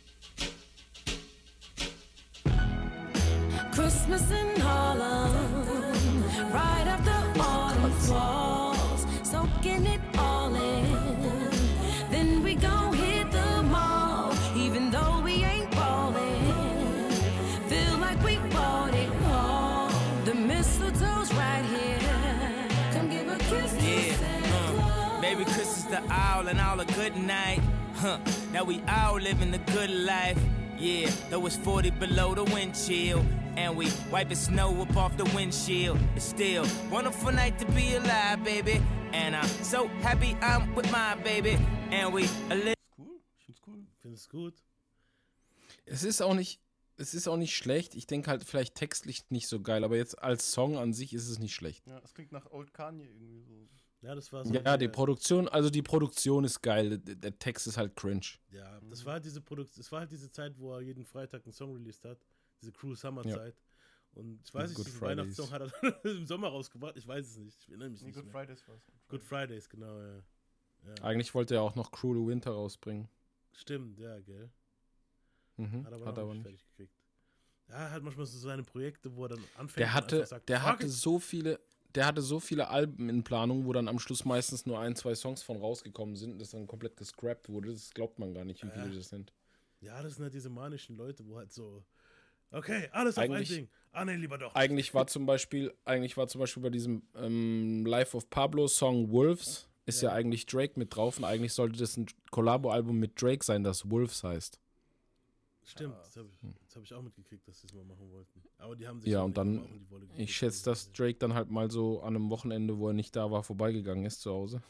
Christmas in Harlem, right after autumn falls, soaking it all in. Then we gon' hit the mall, even though we ain't ballin'. Feel like we bought it all. The mistletoe's right here. Come give a kiss to Santa Claus. Baby Chris is the owl and all a good night. Now we all living the good life. Yeah, though it's 40 below the wind chill. And we wiping snow up off the windshield. It's still wonderful night to be alive, baby. And I'm so happy I'm with my baby. And we a little. Cool, ich find's cool. Findest gut? Es ist auch nicht schlecht. Ich denke halt vielleicht textlich nicht so geil, aber jetzt als Song an sich ist es nicht schlecht. Ja, es klingt nach Old Kanye irgendwie so. Ja, das war so. Ja, die Produktion ist geil. Der Text ist halt cringe. Ja, das war halt diese Zeit, wo er jeden Freitag einen Song released hat. Diese Cruel Summer Zeit. Und ich weiß nicht, Good diesen Fridays. Weihnachtssong hat er dann im Sommer rausgebracht. Ich weiß es nicht. Ich erinnere mich nicht Good mehr. Fridays war's. Good Fridays, genau, ja. Eigentlich wollte er auch noch Cruel Winter rausbringen. Stimmt, ja, gell. Hat Hat aber aber nicht nicht. fertig gekriegt. Ja, er hat manchmal so seine Projekte, wo er dann anfängt Der und hatte einfach sagt, fuck it. so viele Alben in Planung, wo dann am Schluss meistens nur 1-2 Songs von rausgekommen sind, das dann komplett gescrapped wurde. Das glaubt man gar nicht, wie viele das sind. Ja, das sind halt diese manischen Leute, wo halt so, okay, alles auf ein Ding. Ah, nee, lieber doch. Eigentlich war zum Beispiel bei diesem Life of Pablo Song Wolves ist ja eigentlich Drake mit drauf und eigentlich sollte das ein Collabo-Album mit Drake sein, das Wolves heißt. Stimmt, das hab ich auch mitgekriegt, dass sie es mal machen wollten. Aber die haben sich Ja, auch und nicht dann, immer auch in die Wolle gekriegt. ich schätze, dass Drake dann halt mal so an einem Wochenende, wo er nicht da war, vorbeigegangen ist zu Hause.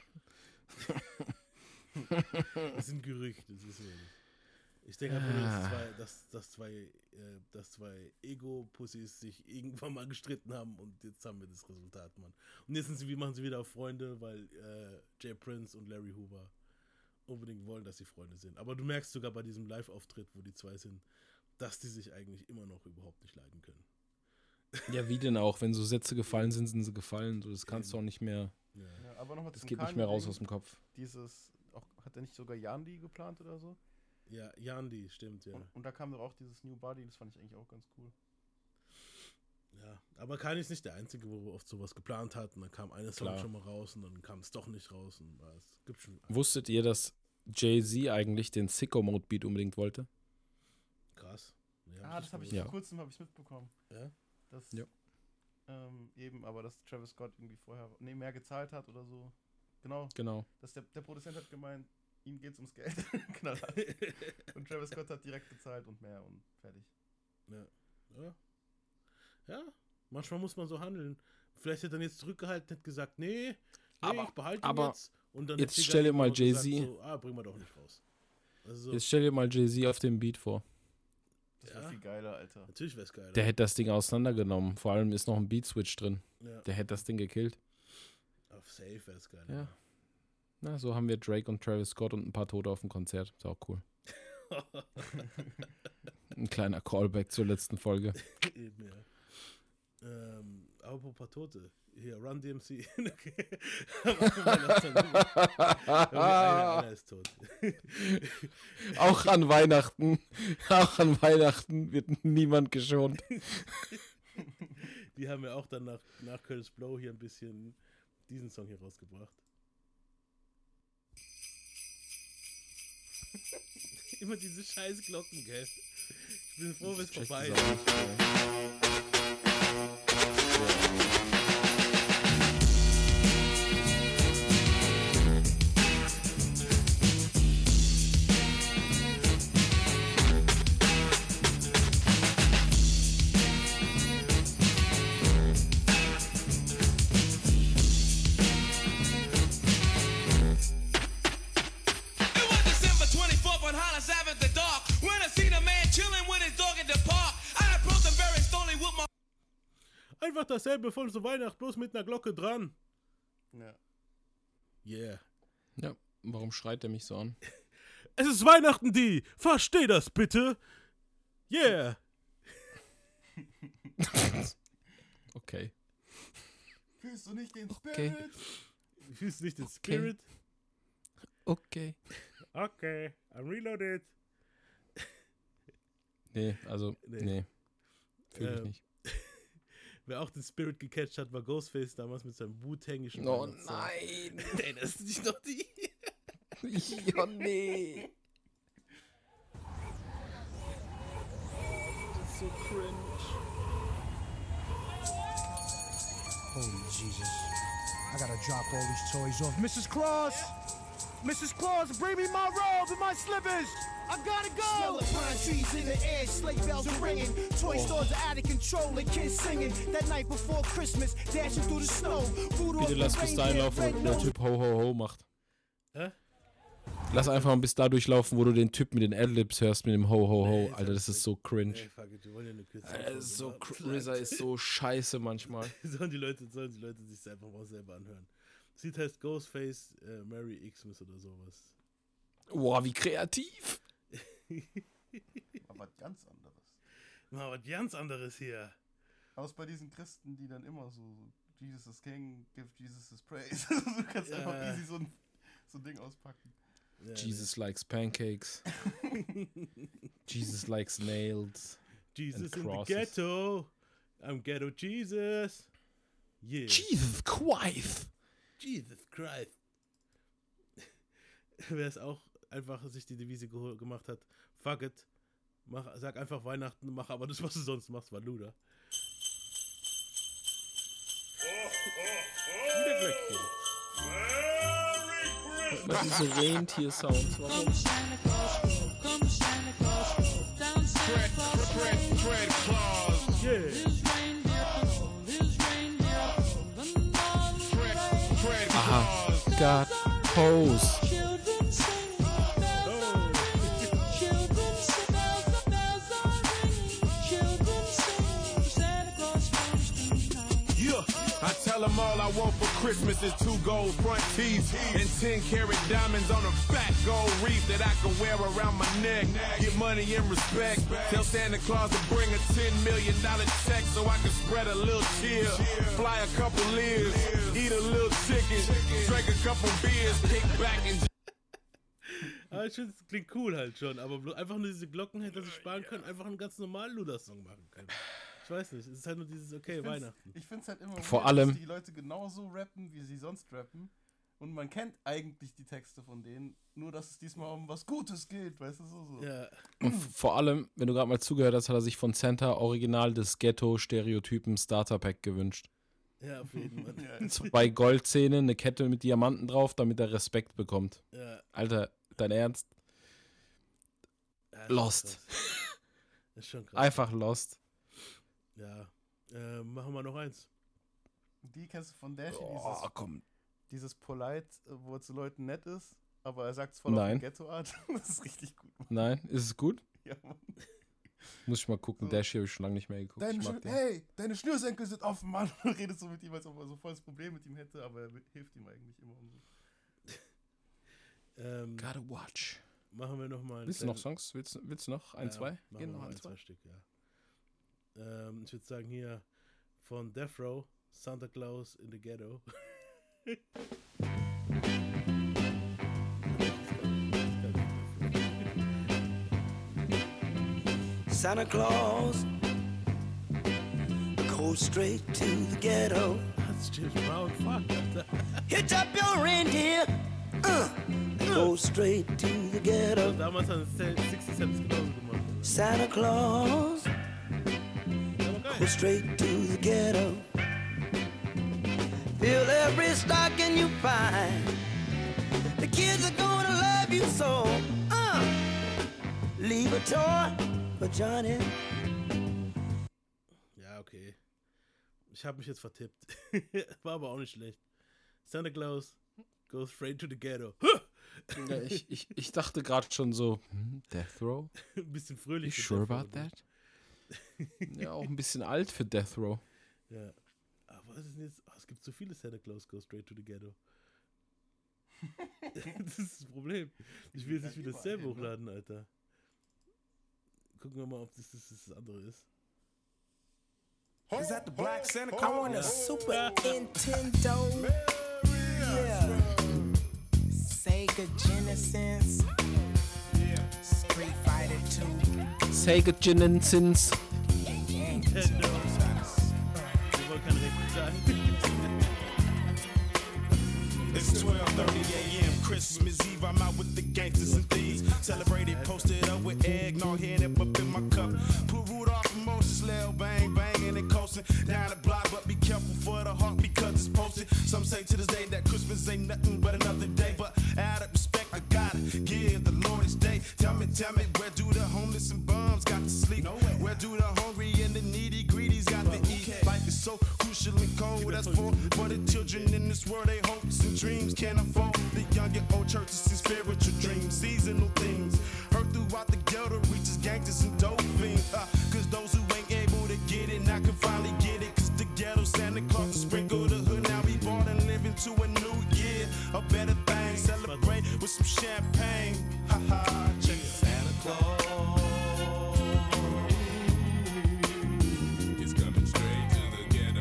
Das sind Gerüchte, das wissen wir nicht. Ich denke einfach nur, dass zwei Ego-Pussys sich irgendwann mal gestritten haben und jetzt haben wir das Resultat, Mann. Und jetzt machen sie wieder Freunde, weil Jay Prince und Larry Hoover unbedingt wollen, dass sie Freunde sind. Aber du merkst sogar bei diesem Live-Auftritt, wo die zwei sind, dass die sich eigentlich immer noch überhaupt nicht leiden können. Ja, wie denn auch? Wenn so Sätze gefallen sind, sind sie gefallen. So, das kannst du auch nicht mehr. Ja, aber noch mal Das zum geht nicht mehr raus Kanye-Ding. aus dem Kopf. Hat er nicht sogar Yandi geplant oder so? Ja, Yandi, stimmt, ja. Und da kam doch auch dieses New Body, das fand ich eigentlich auch ganz cool. Ja, aber Kanye ist nicht der Einzige, wo wir oft sowas geplant hatten. Dann kam eine Song Klar. schon mal raus und dann kam es doch nicht raus. Und es gibt schon. Wusstet ihr, dass Jay-Z eigentlich den Sicko-Mode-Beat unbedingt wollte? Krass. Das habe ich Ja. vor kurzem mitbekommen. Ja? Dass, Ja. aber dass Travis Scott irgendwie vorher mehr gezahlt hat oder so. Genau. Dass der Produzent hat gemeint, ihm geht's ums Geld. Knallhart. Und Travis Scott hat direkt gezahlt und mehr und fertig. Ja, manchmal muss man so handeln. Vielleicht hätte er dann jetzt zurückgehalten, hätte gesagt, nee, Aber- ich behalte ihn aber jetzt. Und dann jetzt hätte stell dir mal gesagt Jay-Z. So, bringen wir doch nicht raus. Also so, Jetzt stell dir mal Jay-Z auf dem Beat vor. Das wäre viel geiler, Alter. natürlich wäre es geil. Der hätte das Ding auseinandergenommen. Vor allem ist noch ein Beat-Switch drin. Ja. Der hätte das Ding gekillt. Auf Safe wäre es geil. Ja. Na, so haben wir Drake und Travis Scott und ein paar Tote auf dem Konzert. Ist auch cool. Ein kleiner Callback zur letzten Folge. Eben, ja. Apropos paar Tote. Hier, Run DMC. Einer ist tot. Auch an Weihnachten wird niemand geschont. Die haben ja auch dann nach Curtis Blow hier ein bisschen diesen Song hier rausgebracht. Immer diese scheiß Glocken, gell? Ich bin froh, wenn es vorbei ist. Einfach dasselbe von so Weihnachten, bloß mit einer Glocke dran. Ja. Yeah. Ja, warum schreit der mich so an? Es ist Weihnachten, die! Versteh das bitte! Yeah! Okay. Fühlst du nicht den Spirit? Okay. Fühlst du nicht den Spirit? Okay. Okay, I'm reloaded. Nee, also, nee. Fühl ich nicht. Wer auch den Spirit gecatcht hat, war Ghostface damals mit seinem Wu-Tangischen. Oh nein! Ey, das ist nicht noch die. Ja, nee. Das ist so cringe. Holy Jesus. I gotta drop all these toys off. Mrs. Claus! Mrs. Claus, bring me my robe and my slippers! I gotta go! Smell of pine trees in the air, sleigh bells are ringing. Toy stores are out of control and kids singing. That night before Christmas, dashing through the snow. Bitte lass bis dahin laufen, wo der Typ Ho Ho Ho macht. Hä? Lass einfach mal bis da durchlaufen, wo du den Typ mit den Adlibs hörst, mit dem Ho Ho Ho. Alter, das ist so cringe. Ey, fuck it, wir wollen ja eine Kürze. Alter, RZA ist so scheiße manchmal. Sollen die Leute sich einfach mal selber anhören. Das Lied heißt Ghostface, Merry Xmas oder sowas. Boah, wie kreativ. Aber was ganz anderes. Mal was ganz anderes hier. Aus bei diesen Christen, die dann immer so Jesus is King, give Jesus his praise. Du kannst einfach easy so ein Ding auspacken. Ja, Jesus likes pancakes. Jesus likes nails. Jesus in the ghetto. I'm ghetto Jesus. Yeah. Jesus Christ. Jesus Christ. Wer es auch einfach sich die Devise gemacht hat, fuck it, sag einfach Weihnachten, mach aber das, was du sonst machst, war Luda. Wieder Glöckchen. Was ist so Rentier-Sounds? Warum? Aha, got hose. I tell them all I want for Christmas is 2 gold front teeth and 10-karat diamonds on a fat gold wreath that I can wear around my neck. Get money and respect. Tell Santa Claus to bring a $10 million check so I can spread a little cheer. Fly a couple years, eat a little chicken, drink a couple beers, kick back and... Aber ich finde, es klingt cool halt schon, aber einfach nur diese Glocken hätte sich sparen können, einfach einen ganz normalen Luda-Song machen können. Ich weiß nicht, es ist halt nur dieses, okay, Weihnachten. Ich finde es halt immer vor weird, allem, dass die Leute genauso rappen, wie sie sonst rappen. Und man kennt eigentlich die Texte von denen, nur dass es diesmal um was Gutes geht, weißt du, so. Ja. Und vor allem, wenn du gerade mal zugehört hast, hat er sich von Santa original des Ghetto-Stereotypen Starter-Pack gewünscht. Ja, auf jeden Fall. 2 Goldzähne, eine Kette mit Diamanten drauf, damit er Respekt bekommt. Ja. Alter, dein Ernst? Ja, Lost. Das ist schon krass. Einfach lost. Ja. Machen wir noch eins. Die kennst du von Dashi, komm. Dieses Polite, wo er zu Leuten nett ist, aber er sagt es voll auf eine Ghetto-Art. Das ist richtig gut. Mann. Nein, ist es gut? Ja, Mann. Muss ich mal gucken, so. Dashi habe ich schon lange nicht mehr geguckt. Hey, deine Schnürsenkel sind offen, Mann. Du redest so mit ihm, als ob er so voll das Problem mit ihm hätte, aber er hilft ihm eigentlich immer und so. Gotta watch. Machen wir nochmal. Willst du noch Songs? Willst du noch? Ein, zwei? Gehen noch ein, zwei Stück, ja. Ich würde sagen hier von Death Row, Santa Claus in the Ghetto. Santa Claus goes straight to the ghetto. That's James Brown, fuck. Hitch up your reindeer. Go straight to the ghetto. Damals haben 60 Cents genauso gemacht. Santa Claus go straight to the ghetto. Fill every stocking you find. The kids are gonna love you so. Leave a toy for Johnny. Ja, okay. Ich habe mich jetzt vertippt. War aber auch nicht schlecht. Santa Claus goes straight to the ghetto. Ja, ich dachte gerade schon so, Death Row? Ein bisschen fröhlich. You sure about that? Ja, auch ein bisschen alt für Death Row. Ja. Aber was ist denn jetzt? Oh, es gibt so viele Santa Claus goes straight to the ghetto. Das ist das Problem. Ich will jetzt nicht wieder selber hochladen, Alter. Gucken wir mal, ob das andere ist. Is that the Black Santa Claus? I want a Super Nintendo. Yeah. Sega Genesis. Street Fighter 2. Sega Genesis. Nintendo. Wir wollen keine Rechte sagen. It's 12:30 a.m. Christmas Eve. I'm out with the gangsters and thieves. Celebrated, posted up with eggnog, hand up in my cup. Put Rudolph and Moses, Lil Bang, banging and coasting down the block. But be careful for the heart because it's posted. Some say to this day that Christmas ain't nothing but another day. But out of respect, I gotta give the Lord his day. Tell me, where do the homeless and bums got to sleep? Where do the hungry and the needy greedies got to eat? Life is so crucial and cold. That's for the children in this world. They hopes and dreams can't afford. The young and old churches and spiritual dreams, seasonal things. Heard throughout the ghetto reaches gangsters and dope fiends. Cause those who ain't able to get it now can finally get it. Cause the ghetto Santa Claus to sprinkle the hood. Now we born and living to a new year. A better thing, celebrate with some champagne. Ha ha, check it. Santa Claus is coming straight to the ghetto.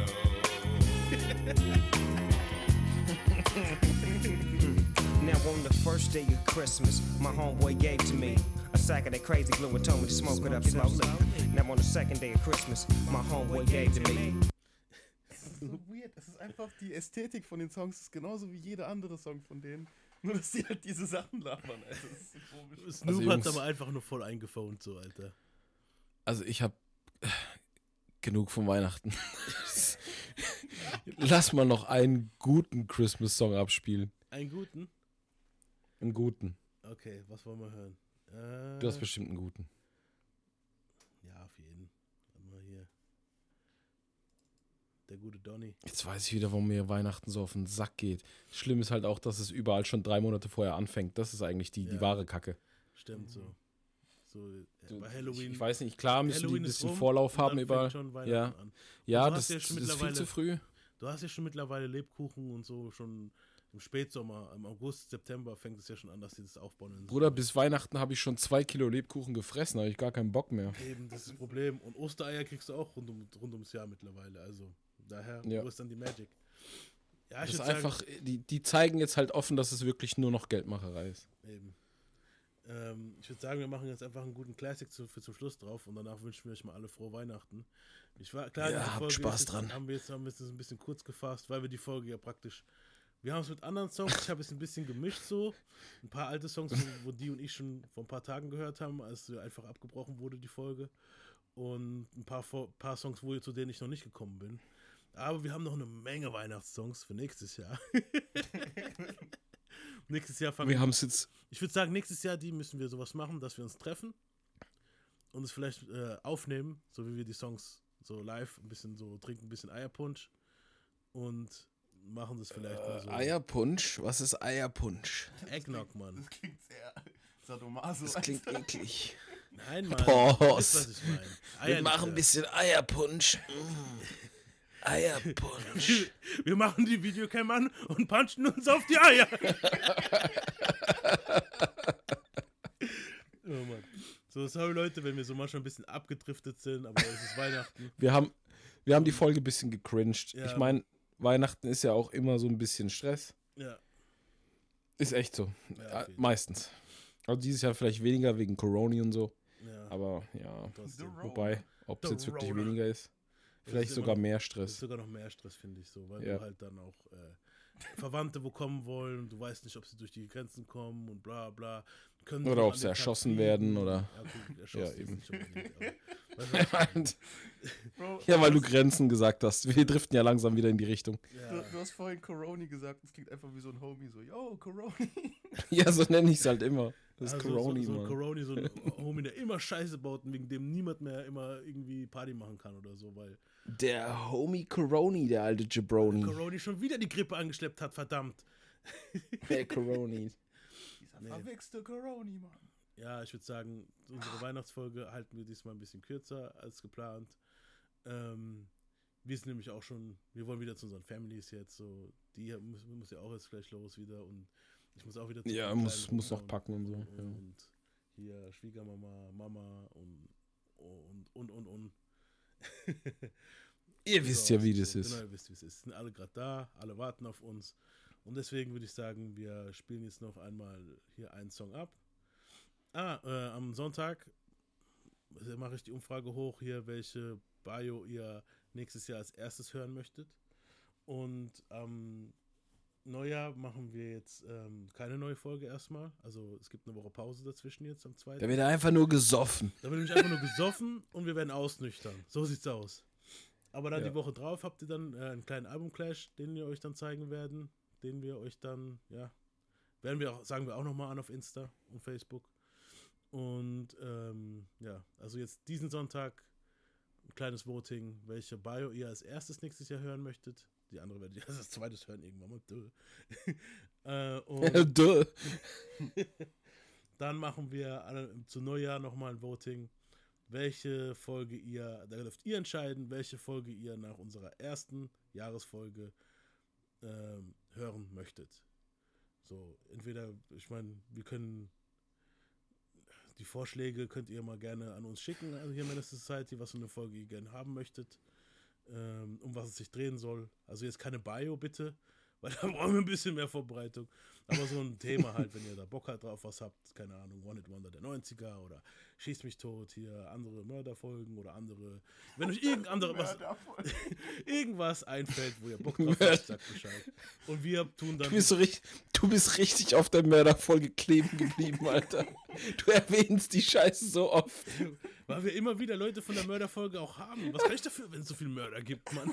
Now on the first day of Christmas, my homeboy gave to me a sack of that crazy glue and told me to smoke it up slowly. Now on the second day of Christmas, my homeboy gave to me. Das ist so weird. Es ist einfach, die Ästhetik von den Songs ist genauso wie jeder andere Song von denen. Nur, dass die halt diese Sachen labern, Alter. Das ist so komisch. Snoop hat's aber einfach nur voll eingephont, so, Alter. Also ich hab genug von Weihnachten. Lass mal noch einen guten Christmas-Song abspielen. Einen guten? Einen guten. Okay, was wollen wir hören? Du hast bestimmt einen guten. Ja, auf jeden. Warte mal hier. Der gute Donny. Jetzt weiß ich wieder, warum mir Weihnachten so auf den Sack geht. Schlimm ist halt auch, dass es überall schon 3 Monate vorher anfängt. Das ist eigentlich die wahre Kacke. Stimmt so. Bei Halloween. Ich weiß nicht, klar müssen Halloween die ein bisschen rum, Vorlauf haben über. Ja, an. Ja, das ist viel zu früh. Du hast ja schon mittlerweile Lebkuchen und so schon im Spätsommer, im August, September fängt es ja schon an, dass sie das aufbauen. Bruder, bis Weihnachten habe ich schon 2 Kilo Lebkuchen gefressen, habe ich gar keinen Bock mehr. Eben, das ist das Problem. Und Ostereier kriegst du auch rund ums Jahr mittlerweile. Also daher, wo ist dann die Magic? Ja, ich würde einfach, die zeigen jetzt halt offen, dass es wirklich nur noch Geldmacherei ist. Eben. Ich würde sagen, wir machen jetzt einfach einen guten Classic zum Schluss drauf und danach wünschen wir euch mal alle frohe Weihnachten. Habt Spaß dran. Haben wir jetzt ein bisschen kurz gefasst, weil wir die Folge ja praktisch, wir haben es mit anderen Songs, ich habe es ein bisschen gemischt so, ein paar alte Songs, wo die und ich schon vor ein paar Tagen gehört haben, als einfach abgebrochen wurde die Folge und ein paar Songs, zu denen ich noch nicht gekommen bin. Aber wir haben noch eine Menge Weihnachtssongs für nächstes Jahr. Nächstes Jahr fangen wir. Haben es jetzt. Ich würde sagen, nächstes Jahr müssen wir sowas machen, dass wir uns treffen und es vielleicht aufnehmen, so wie wir die Songs so live ein bisschen so trinken, ein bisschen Eierpunsch und machen das vielleicht mal so. Eierpunsch? Was ist Eierpunsch? Eggnog, Mann. Das klingt sehr sadomaso. Das klingt eklig. Nein, Mann. Prost. Das ist, was ich meine. Wir machen ein bisschen Eierpunsch. Eierpunsch. Wir machen die Videocam an und punchen uns auf die Eier. Oh Mann. So, sorry Leute, wenn wir so manchmal ein bisschen abgedriftet sind, aber es ist Weihnachten. Wir Wir haben die Folge ein bisschen gecringed. Ja. Ich meine, Weihnachten ist ja auch immer so ein bisschen Stress. Ja. Ist echt so. Ja, okay. Meistens. Also dieses Jahr vielleicht weniger wegen Corona und so. Ja. Aber ja, Trotzdem. wobei, ob es The jetzt wirklich Rona. weniger ist. Es Vielleicht ist sogar immer noch- mehr Es ist Stress. sogar noch mehr Stress, finde ich so, weil Ja. du halt dann auch Verwandte wo kommen wollen und du weißt nicht, ob sie durch die Grenzen kommen und bla bla. Können Oder noch ob an sie den Tag erschossen fliegen. werden oder. Ja, gut, erschossen Ja, ist eben. nicht unbedingt, aber- weißt du, was Bro, Ja, weil du Grenzen gesagt hast. Wir driften ja langsam wieder in die Richtung. Du hast vorhin Coroni gesagt, das klingt einfach wie so ein Homie, so, yo, Coroni. Ja, so nenne ich es halt immer. Das ist Also Corona, so ein Mann. Coroni, so ein Homie, der immer Scheiße baut und wegen dem niemand mehr immer irgendwie Party machen kann oder so, weil Der Homie Coroni, der alte Jabroni. Coroni schon wieder die Grippe angeschleppt hat, verdammt. Der Coroni. Dieser verwichste Coroni, Mann. Ja, ich würde sagen, unsere Weihnachtsfolge halten wir diesmal ein bisschen kürzer als geplant. Wir sind nämlich auch schon, wir wollen wieder zu unseren Families jetzt, so, die muss ja auch jetzt gleich los wieder und ich muss auch wieder zu Ja, meinen muss Kleinen noch und- packen und so. Ja. Und hier Schwiegermama, Mama und. Ihr wisst ja, wie das ist. Genau, ihr wisst, wie es ist. Sind alle gerade da, alle warten auf uns. Und deswegen würde ich sagen, wir spielen jetzt noch einmal hier einen Song ab. Am Sonntag mache ich die Umfrage hoch hier, welche Bio ihr nächstes Jahr als erstes hören möchtet. Und am Neujahr machen wir jetzt keine neue Folge erstmal. Also es gibt eine Woche Pause dazwischen jetzt am 2. Da wird einfach nur gesoffen. Da wird nämlich einfach nur gesoffen und wir werden ausnüchtern. So sieht's aus. Aber dann Ja. die Woche drauf habt ihr dann einen kleinen Albumclash, den wir euch dann zeigen werden. Den wir euch dann, ja, werden wir auch, sagen wir auch nochmal an auf Insta und Facebook. Und ja, also jetzt diesen Sonntag ein kleines Voting, welche Bio ihr als erstes nächstes Jahr hören möchtet. Die andere werdet ihr als zweites hören irgendwann mal. Und Duh. dann machen wir zu Neujahr nochmal ein Voting, welche Folge da dürft ihr entscheiden, welche Folge ihr nach unserer ersten Jahresfolge hören möchtet. So, entweder, ich meine, wir können die Vorschläge könnt ihr mal gerne an uns schicken, also hier Menace Society, was für eine Folge ihr gerne haben möchtet, um was es sich drehen soll. Also jetzt keine Bio, bitte, weil da brauchen wir ein bisschen mehr Vorbereitung. Aber so ein Thema halt, wenn ihr da Bock halt drauf was habt, keine Ahnung, One Hit Wonder der 90er oder Schieß mich tot, hier andere Mörderfolgen oder andere, wenn euch irgendwas einfällt, wo ihr Bock drauf habt, sagt Bescheid. Und wir tun dann... Du bist richtig auf der Mörderfolge kleben geblieben, Alter. Du erwähnst die Scheiße so oft. Weil wir immer wieder Leute von der Mörderfolge auch haben. Was kann ich dafür, wenn es so viel Mörder gibt, Mann?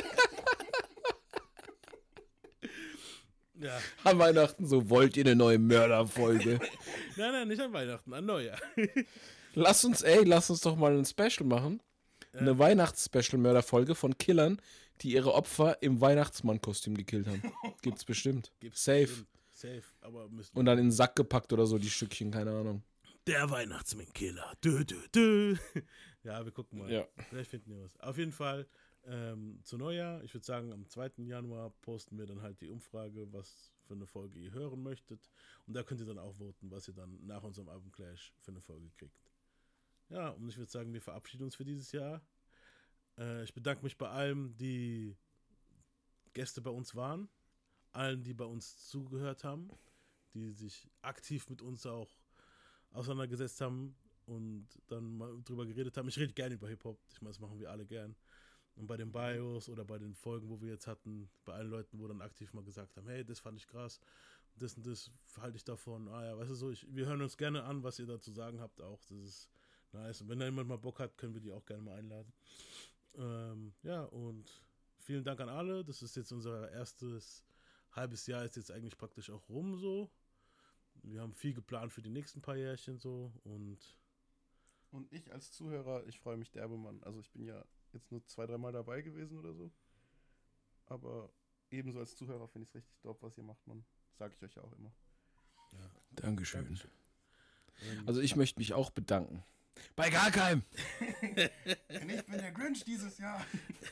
Ja. An Weihnachten so, wollt ihr eine neue Mörderfolge? Nein, nicht an Weihnachten, an Neujahr. Lass uns doch mal ein Special machen. Eine Weihnachts-Special-Mörderfolge von Killern, die ihre Opfer im Weihnachtsmann-Kostüm gekillt haben. Gibt's bestimmt. Safe. Safe, aber müssen Und dann in den Sack gepackt oder so, die Stückchen, keine Ahnung. Der Weihnachtsmann-Killer. Dö. Ja, wir gucken mal. Ja. Vielleicht finden wir was. Auf jeden Fall zu Neujahr, ich würde sagen, am 2. Januar posten wir dann halt die Umfrage, was für eine Folge ihr hören möchtet. Und da könnt ihr dann auch voten, was ihr dann nach unserem Albumclash für eine Folge kriegt. Ja, und ich würde sagen, wir verabschieden uns für dieses Jahr. Ich bedanke mich bei allen, die Gäste bei uns waren, allen, die bei uns zugehört haben, die sich aktiv mit uns auch auseinandergesetzt haben und dann mal drüber geredet haben. Ich rede gerne über Hip-Hop, ich meine, das machen wir alle gern. Und bei den Bios oder bei den Folgen, wo wir jetzt hatten, bei allen Leuten, wo dann aktiv mal gesagt haben, hey, das fand ich krass, das und das halte ich davon. Ah ja, weißt du so, wir hören uns gerne an, was ihr dazu sagen habt auch. Das ist nice. Und wenn da jemand mal Bock hat, können wir die auch gerne mal einladen. Ja, und vielen Dank an alle. Das ist jetzt unser erstes halbes Jahr, ist jetzt eigentlich praktisch auch rum so. Wir haben viel geplant für die nächsten paar Jährchen so und ich als Zuhörer, ich freue mich derbe, Mann. Also ich bin ja jetzt nur 2-3 Mal dabei gewesen oder so. Aber ebenso als Zuhörer finde ich es richtig dope, was ihr macht, Mann. Sag ich euch ja auch immer. Ja. Dankeschön. Also ich möchte mich auch bedanken. Bei gar keinem. Denn ich bin der Grinch dieses Jahr.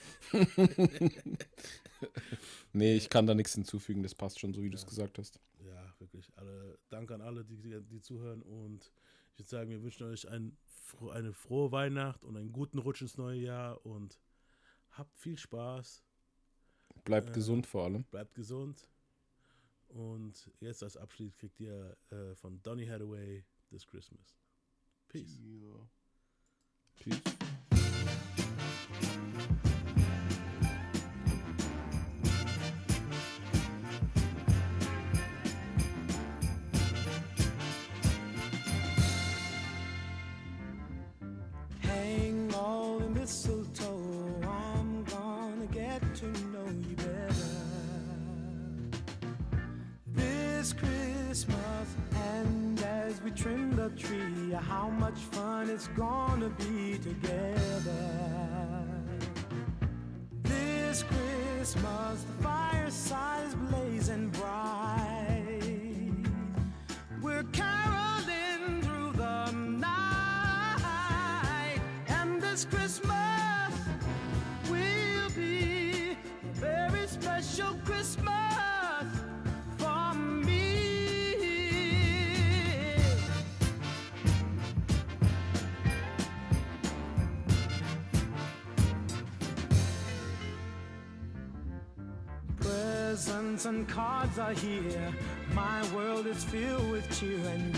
Nee, ich kann da nichts hinzufügen. Das passt schon, so wie du es gesagt hast. Ja, wirklich. Danke an alle, die zuhören. Und ich würde sagen, wir wünschen euch eine frohe Weihnacht und einen guten Rutsch ins neue Jahr. Und Habt viel Spaß. Bleibt gesund vor allem. Bleibt gesund. Und jetzt als Abschied kriegt ihr von Donny Hathaway This Christmas. Peace. Yeah. Peace. Hang all the mistletoe, I'm gonna get to know you better this Christmas. And as we trim the tree, how much fun it's gonna be together this Christmas. The fireside is blazing bright, we're caroling through the night, and this Christmas will be a very special Christmas for me. Presents and cards are here, my world is filled with cheer and